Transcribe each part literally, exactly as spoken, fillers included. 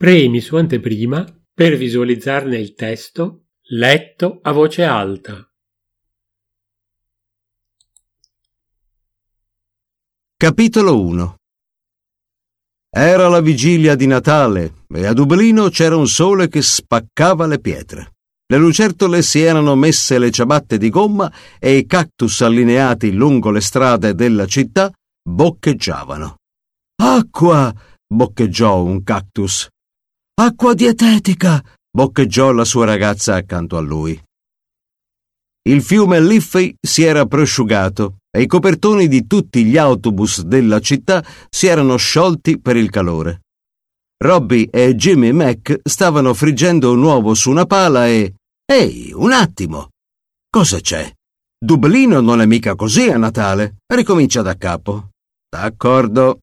Premi su anteprima per visualizzarne il testo letto a voce alta. Capitolo uno. Era la vigilia di Natale e a Dublino c'era un sole che spaccava le pietre. Le lucertole si erano messe le ciabatte di gomma e i cactus allineati lungo le strade della città boccheggiavano. «Acqua!» boccheggiò un cactus. «Acqua dietetica!» boccheggiò la sua ragazza accanto a lui. Il fiume Liffey si era prosciugato e i copertoni di tutti gli autobus della città si erano sciolti per il calore. Robbie e Jimmy Mac stavano friggendo un uovo su una pala e... «Ehi, un attimo! Cosa c'è? Dublino non è mica così a Natale. Ricomincia da capo». «D'accordo».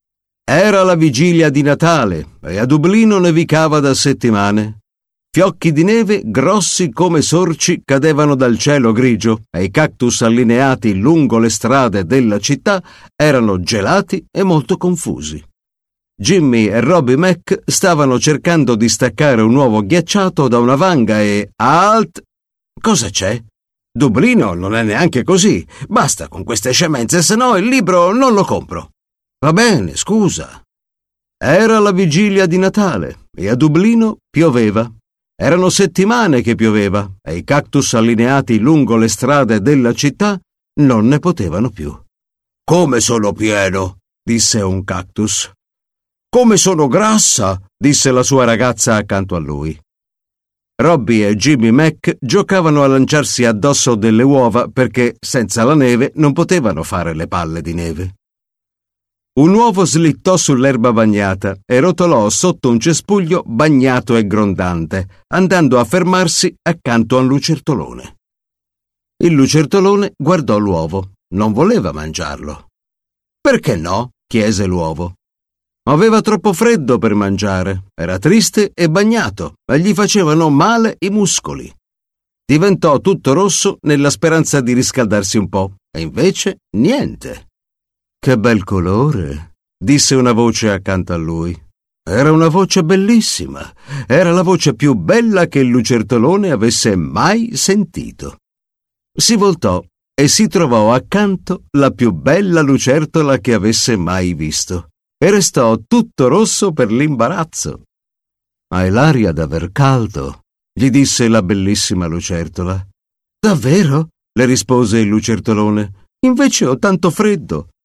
Era la vigilia di Natale e a Dublino nevicava da settimane. Fiocchi di neve grossi come sorci cadevano dal cielo grigio e i cactus allineati lungo le strade della città erano gelati e molto confusi. Jimmy e Robbie Mac stavano cercando di staccare un uovo ghiacciato da una vanga e... Alt! Cosa c'è? Dublino non è neanche così. Basta con queste scemenze, se no il libro non lo compro. Va bene, scusa. Era la vigilia di Natale e a Dublino pioveva. Erano settimane che pioveva e i cactus allineati lungo le strade della città non ne potevano più. «Come sono pieno!» disse un cactus. «Come sono grassa!» disse la sua ragazza accanto a lui. Robbie e Jimmy Mac giocavano a lanciarsi addosso delle uova perché senza la neve non potevano fare le palle di neve. Un uovo slittò sull'erba bagnata e rotolò sotto un cespuglio bagnato e grondante, andando a fermarsi accanto a un lucertolone. Il lucertolone guardò l'uovo. Non voleva mangiarlo. «Perché no?» chiese l'uovo. Aveva troppo freddo per mangiare, era triste e bagnato e gli facevano male i muscoli. Diventò tutto rosso nella speranza di riscaldarsi un po', e invece niente. «Che bel colore!» disse una voce accanto a lui. Era una voce bellissima, era la voce più bella che il lucertolone avesse mai sentito. Si voltò e si trovò accanto la più bella lucertola che avesse mai visto e restò tutto rosso per l'imbarazzo. «Hai l'aria d'aver caldo», gli disse la bellissima lucertola. «Davvero?» le rispose il lucertolone. «Invece ho tanto freddo.